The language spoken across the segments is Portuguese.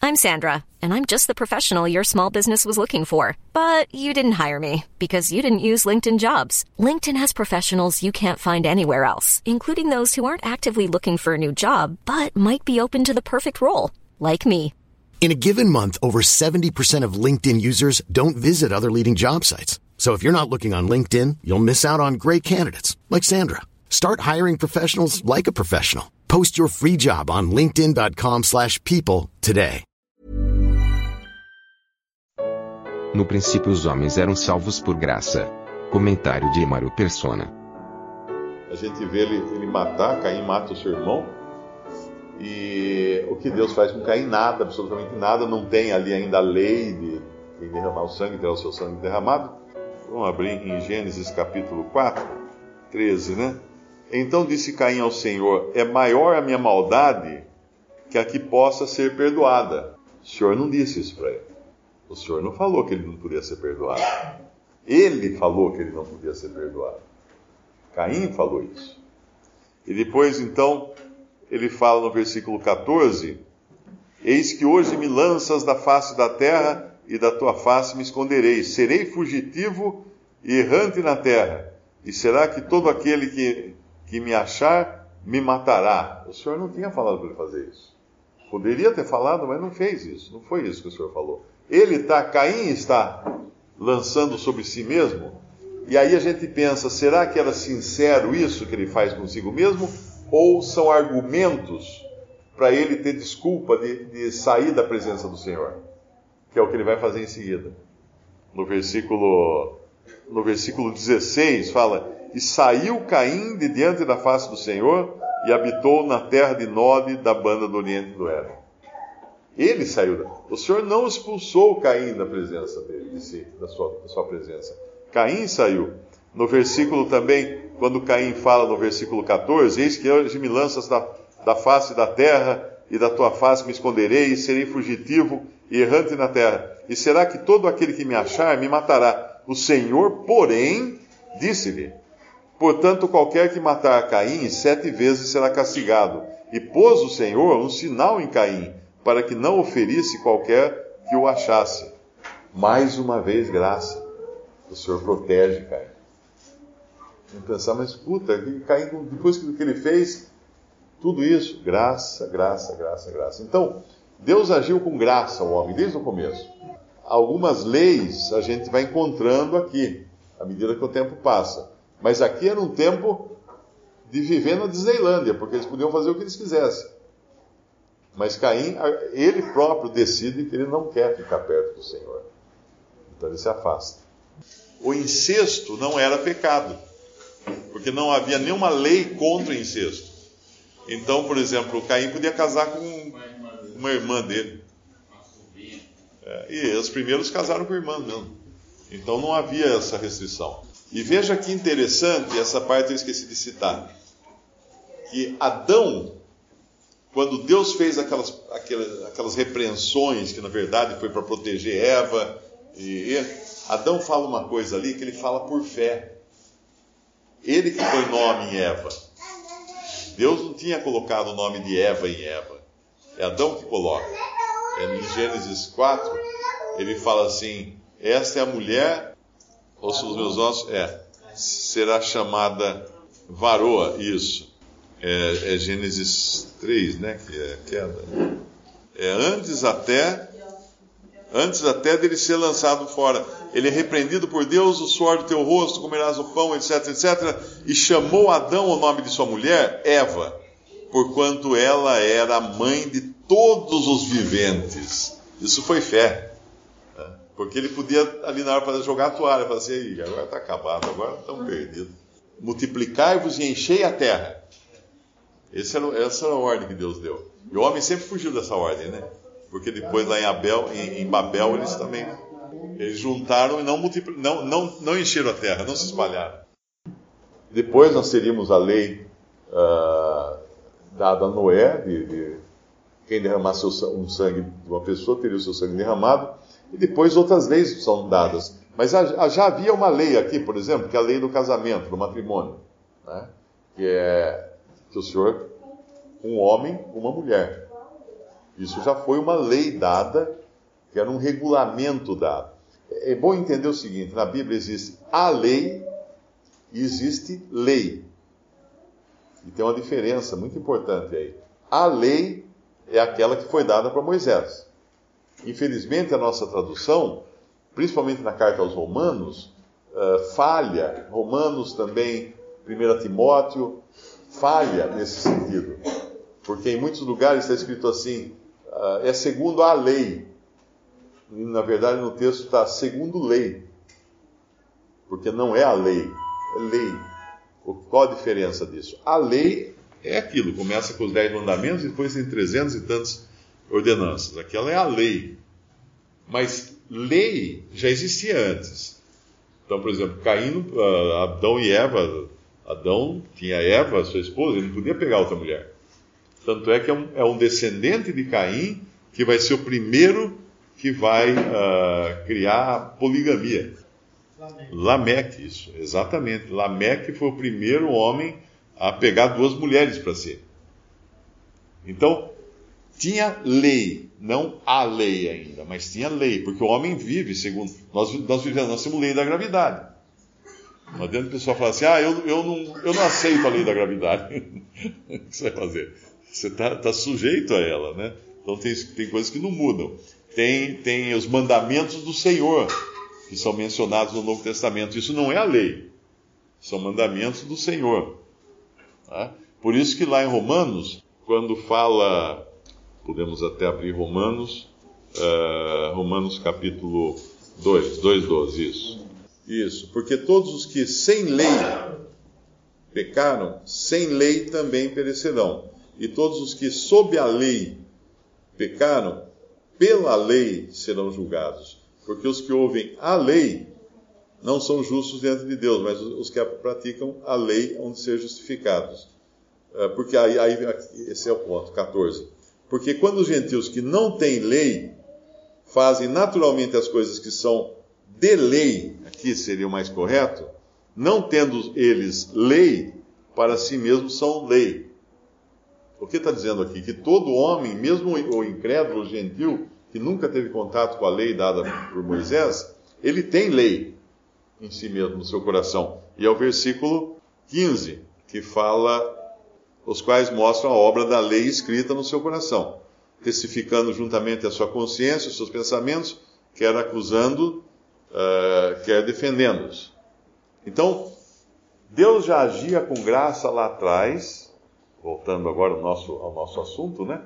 I'm Sandra, and I'm just the professional your small business was looking for. But you didn't hire me because you didn't use LinkedIn Jobs. LinkedIn has professionals you can't find anywhere else, including those who aren't actively looking for a new job, but might be open to the perfect role, like me. In a given month, over 70% of LinkedIn users don't visit other leading job sites. So if you're not looking on LinkedIn, you'll miss out on great candidates, like Sandra. Start hiring professionals like a professional. Post your free job on linkedin.com/people today. No princípio os homens eram salvos por graça. Comentário de Mário Persona. A gente vê ele matar, Caim mata o seu irmão, e o que Deus faz com Caim? Nada, absolutamente nada. Não tem ali ainda a lei de quem derramar o sangue, terá o seu sangue derramado. Vamos abrir em Gênesis capítulo 4, 13, né? Então disse Caim ao Senhor: é maior a minha maldade que a que possa ser perdoada. O Senhor não disse isso para ele. O Senhor não falou que ele não podia ser perdoado. Ele falou que ele não podia ser perdoado. Caim falou isso. E depois, então, ele fala no versículo 14: eis que hoje me lanças da face da terra, e da tua face me esconderei. Serei fugitivo e errante na terra. E será que todo aquele que me achar me matará? O Senhor não tinha falado para ele fazer isso. Poderia ter falado, mas não fez isso. Não foi isso que o Senhor falou. Caim está lançando sobre si mesmo. E aí a gente pensa, será que era sincero isso que ele faz consigo mesmo? Ou são argumentos para ele ter desculpa de sair da presença do Senhor? Que é o que ele vai fazer em seguida. No versículo 16 fala: e saiu Caim de diante da face do Senhor e habitou na terra de Nod, da banda do oriente do Éden. Ele saiu. O Senhor não expulsou Caim da presença dele, da sua presença. Caim saiu. No versículo também, quando Caim fala no versículo 14: eis que hoje me lanças da face da terra, e da tua face me esconderei, e serei fugitivo e errante na terra. E será que todo aquele que me achar me matará? O Senhor, porém, disse-lhe: portanto, qualquer que matar a Caim 7 vezes será castigado. E pôs o Senhor um sinal em Caim, para que não o ferisse qualquer que o achasse. Mais uma vez, graça. O Senhor protege Caim. Vamos pensar, mas escuta, Caim, depois que ele fez tudo isso, graça, graça, graça, graça. Então, Deus agiu com graça ao homem desde o começo. Algumas leis a gente vai encontrando aqui, à medida que o tempo passa. Mas aqui era um tempo de viver na Disneylândia, porque eles podiam fazer o que eles quisessem. Mas Caim, ele próprio decide que ele não quer ficar perto do Senhor. Então ele se afasta. O incesto não era pecado, porque não havia nenhuma lei contra o incesto. Então, por exemplo, Caim podia casar com uma irmã dele. E os primeiros casaram com irmãs mesmo. Então não havia essa restrição. E veja que interessante, essa parte eu esqueci de citar. Que Adão, quando Deus fez aquelas repreensões, que na verdade foi para proteger Eva, Adão fala uma coisa ali que ele fala por fé. Ele que põe nome em Eva. Deus não tinha colocado o nome de Eva em Eva. É Adão que coloca. Em Gênesis 4, ele fala assim: esta é a mulher, osso dos meus ossos, será chamada varoa, isso. É Gênesis 3, né, que é queda. Antes até dele ser lançado fora. Ele é repreendido por Deus, o suor do teu rosto, comerás o pão, etc, etc. E chamou Adão o nome de sua mulher, Eva, porquanto ela era a mãe de todos os viventes. Isso foi fé. Porque ele podia ali na hora para jogar a toalha, falar assim: agora está acabado, agora estamos perdidos. Multiplicai-vos e enchei a terra. Essa era a ordem que Deus deu. E o homem sempre fugiu dessa ordem, né? Porque depois lá em Babel eles também eles juntaram e não encheram a terra, não se espalharam. Depois nós teríamos a lei dada a Noé, de quem derramasse um sangue de uma pessoa teria o seu sangue derramado, e depois outras leis são dadas. Mas já havia uma lei aqui, por exemplo, que é a lei do casamento, do matrimônio, né? Que é que o Senhor, um homem, uma mulher. Isso já foi uma lei dada, que era um regulamento dado. É bom entender o seguinte, na Bíblia existe a lei e existe lei. E tem uma diferença muito importante aí. A lei é aquela que foi dada para Moisés. Infelizmente, a nossa tradução, principalmente na carta aos Romanos, falha. Romanos também, 1 Timóteo, falha nesse sentido. Porque em muitos lugares está escrito assim, é segundo a lei. E, na verdade, no texto está segundo lei. Porque não é a lei, é lei. Qual a diferença disso? A lei é aquilo, começa com os 10 mandamentos e depois tem 300 e tantas ordenanças. Aquela é a lei. Mas lei já existia antes. Então, por exemplo, Caim, Adão e Eva, Adão tinha Eva, sua esposa, ele não podia pegar outra mulher. Tanto é que é um descendente de Caim que vai ser o primeiro que vai criar a poligamia. Lameque, isso, exatamente. Lameque foi o primeiro homem a pegar 2 mulheres para si. Então, tinha lei, não a lei ainda, mas tinha lei, porque o homem vive segundo... Nós temos lei da gravidade. Não adianta o pessoal falar assim, eu não aceito a lei da gravidade. O que você vai fazer? Você está sujeito a ela, né? Então tem coisas que não mudam. Tem os mandamentos do Senhor, que são mencionados no Novo Testamento. Isso não é a lei, são mandamentos do Senhor. Tá? Por isso que lá em Romanos, quando fala, podemos até abrir Romanos capítulo 2:12, isso, porque todos os que sem lei pecaram, sem lei também perecerão, e todos os que sob a lei pecaram, pela lei serão julgados. Porque os que ouvem a lei não são justos diante de Deus, mas os que praticam a lei hão de ser justificados. Porque aí esse é o ponto, 14. Porque quando os gentios que não têm lei fazem naturalmente as coisas que são de lei, aqui seria o mais correto, não tendo eles lei, para si mesmos são lei. O que está dizendo aqui? Que todo homem, mesmo o incrédulo, o gentil, que nunca teve contato com a lei dada por Moisés, ele tem lei em si mesmo, no seu coração. E é o versículo 15, que fala, os quais mostram a obra da lei escrita no seu coração, testificando juntamente a sua consciência, os seus pensamentos, quer acusando, quer defendendo-os. Então, Deus já agia com graça lá atrás, voltando agora ao nosso assunto, né?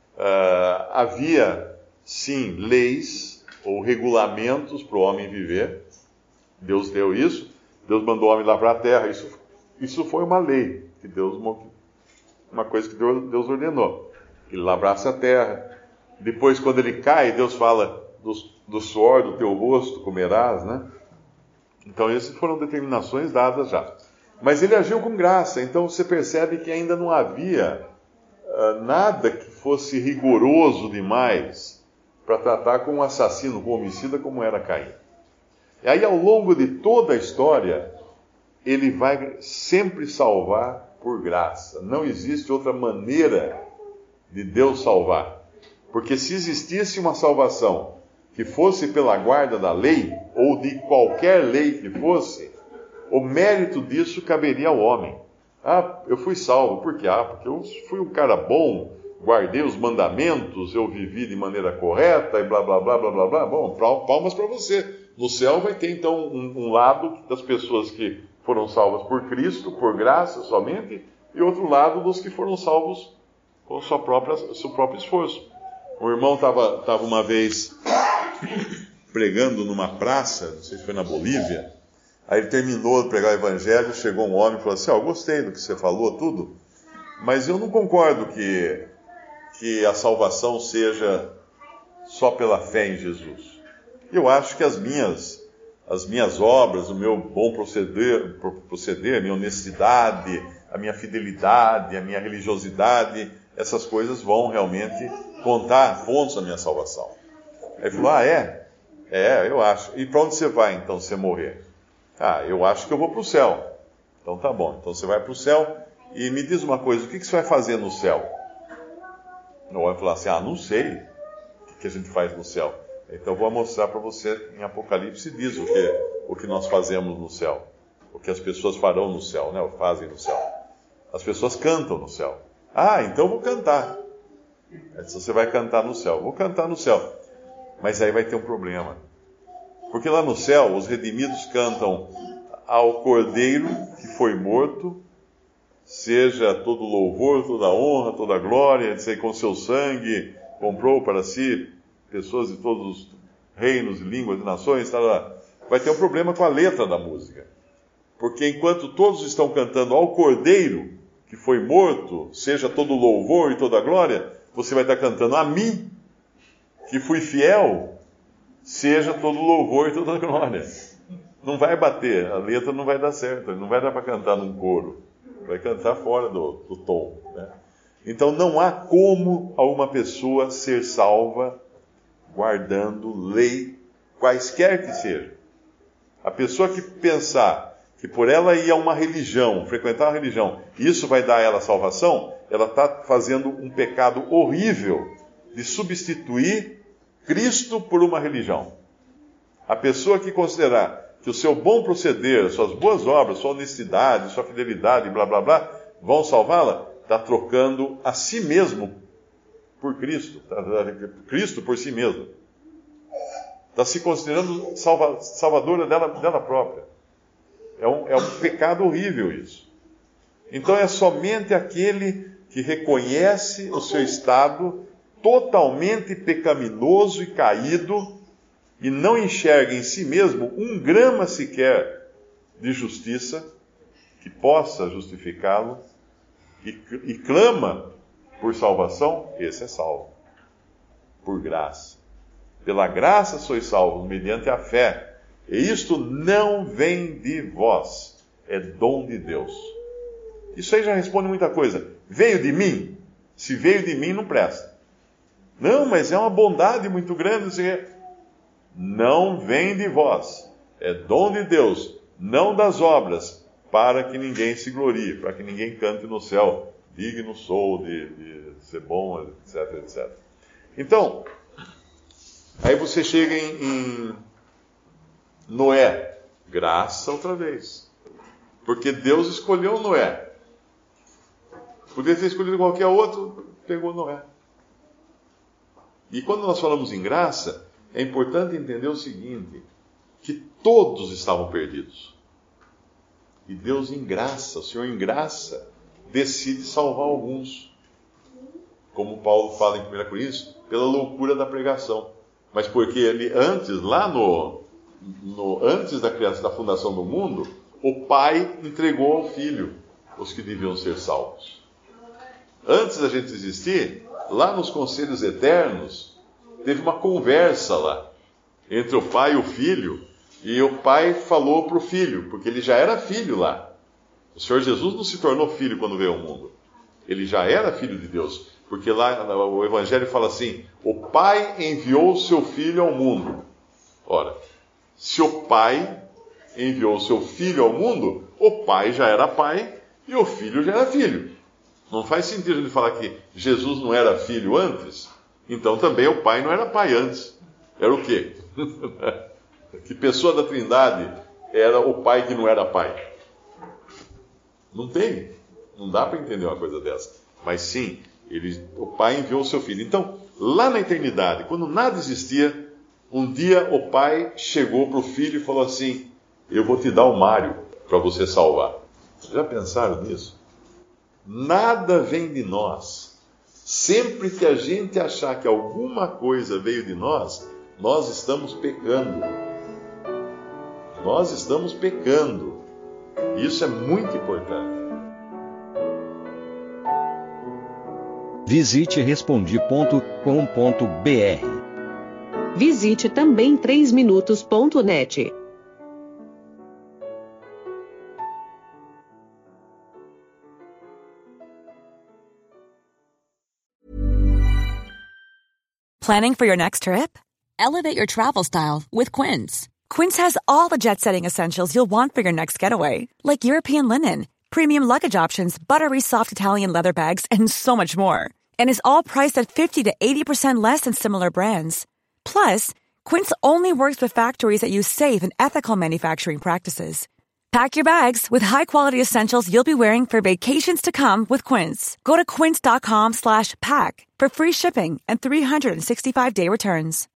Havia, sim, leis ou regulamentos para o homem viver. Deus deu isso. Deus mandou o homem lá para a terra. Isso foi uma lei, uma coisa que Deus ordenou. Ele labrasse a terra. Depois, quando ele cai, Deus fala do suor do teu rosto comerás, né? Então, essas foram determinações dadas já. Mas ele agiu com graça, então você percebe que ainda não havia nada que fosse rigoroso demais para tratar com um assassino, com um homicida como era Caim. E aí, ao longo de toda a história, ele vai sempre salvar por graça. Não existe outra maneira de Deus salvar. Porque se existisse uma salvação que fosse pela guarda da lei, ou de qualquer lei que fosse, o mérito disso caberia ao homem. Eu fui salvo. Por quê? Porque eu fui um cara bom, guardei os mandamentos, eu vivi de maneira correta, e blá, blá, blá, blá, blá, blá. Bom, palmas para você. No céu vai ter, então, um lado das pessoas que foram salvas por Cristo, por graça somente, e outro lado dos que foram salvos com seu próprio esforço. O irmão estava uma vez pregando numa praça, não sei se foi na Bolívia. Aí ele terminou de pregar o evangelho, chegou um homem e falou assim, gostei do que você falou, tudo, mas eu não concordo que a salvação seja só pela fé em Jesus. Eu acho que as minhas obras, o meu bom proceder, a minha honestidade, a minha fidelidade, a minha religiosidade, essas coisas vão realmente contar pontos na minha salvação. Aí ele falou, eu acho. E para onde você vai então, se você morrer? Eu acho que eu vou para o céu. Então tá bom, então você vai para o céu e me diz uma coisa, o que você vai fazer no céu? Não vai falar assim, não sei o que a gente faz no céu. Então vou mostrar para você em Apocalipse, diz o que nós fazemos no céu. O que as pessoas farão no céu, né? Ou fazem no céu. As pessoas cantam no céu. Então vou cantar. Se você vai cantar no céu, vou cantar no céu. Mas aí vai ter um problema. Porque lá no céu, os redimidos cantam ao Cordeiro que foi morto, seja todo louvor, toda honra, toda glória, com seu sangue comprou para si pessoas de todos os reinos, línguas e nações. Vai ter um problema com a letra da música. Porque enquanto todos estão cantando ao Cordeiro que foi morto, seja todo louvor e toda glória, você vai estar cantando a mim, que fui fiel, seja todo louvor e toda glória. Não vai bater, a letra não vai dar certo, não vai dar para cantar num coro, vai cantar fora do tom, né? Então não há como alguma pessoa ser salva guardando lei, quaisquer que seja. A pessoa que pensar que por ela ir a uma religião, frequentar uma religião, isso vai dar a ela salvação, ela está fazendo um pecado horrível de substituir Cristo por uma religião. A pessoa que considerar que o seu bom proceder, suas boas obras, sua honestidade, sua fidelidade, blá blá blá, vão salvá-la, está trocando a si mesmo por Cristo, Cristo por si mesmo. Está se considerando salvadora dela própria. É um pecado horrível isso. Então é somente aquele que reconhece o seu estado totalmente pecaminoso e caído e não enxerga em si mesmo um grama sequer de justiça que possa justificá-lo e clama por salvação, esse é salvo. Por graça. Pela graça sois salvos, mediante a fé. E isto não vem de vós, é dom de Deus. Isso aí já responde muita coisa. Veio de mim? Se veio de mim, não presta. Não, mas é uma bondade muito grande. Não vem de vós, é dom de Deus, não das obras, para que ninguém se glorie, para que ninguém cante no céu, digno sou de ser bom, etc, etc. Então, aí você chega em Noé, graça outra vez. Porque Deus escolheu Noé. Podia ter escolhido qualquer outro, pegou Noé. E quando nós falamos em graça, é importante entender o seguinte, que todos estavam perdidos. E Deus em graça, o Senhor em graça, decide salvar alguns. Como Paulo fala em 1 Coríntios, pela loucura da pregação. Mas porque ele antes, lá antes da criação, da fundação do mundo, o Pai entregou ao Filho os que deviam ser salvos. Antes da gente existir, lá nos conselhos eternos, teve uma conversa lá, entre o Pai e o Filho, e o Pai falou para o Filho, porque ele já era filho lá. O Senhor Jesus não se tornou filho quando veio ao mundo. Ele já era filho de Deus, porque lá o Evangelho fala assim, o Pai enviou o seu Filho ao mundo. Ora, se o Pai enviou o seu Filho ao mundo, o Pai já era Pai e o Filho já era Filho. Não faz sentido ele falar que Jesus não era filho antes, então também o Pai não era Pai antes. Era o quê? Que pessoa da Trindade era o Pai que não era Pai? Não tem. Não dá para entender uma coisa dessa. Mas sim, o Pai enviou o seu Filho. Então, lá na eternidade, quando nada existia, um dia o Pai chegou para o Filho e falou assim, eu vou te dar o Mário para você salvar. Já pensaram nisso? Nada vem de nós. Sempre que a gente achar que alguma coisa veio de nós, nós estamos pecando. Nós estamos pecando. Isso é muito importante. Visite Respondi.com.br. Visite também 3minutos.net. Planning for your next trip? Elevate your travel style with Quince. Quince has all the jet-setting essentials you'll want for your next getaway, like European linen, premium luggage options, buttery soft Italian leather bags, and so much more. and is all priced at 50 to 80% less than similar brands. Plus, Quince only works with factories that use safe and ethical manufacturing practices. Pack your bags with high-quality essentials you'll be wearing for vacations to come with Quince. Go to quince.com/pack for free shipping and 365-day returns.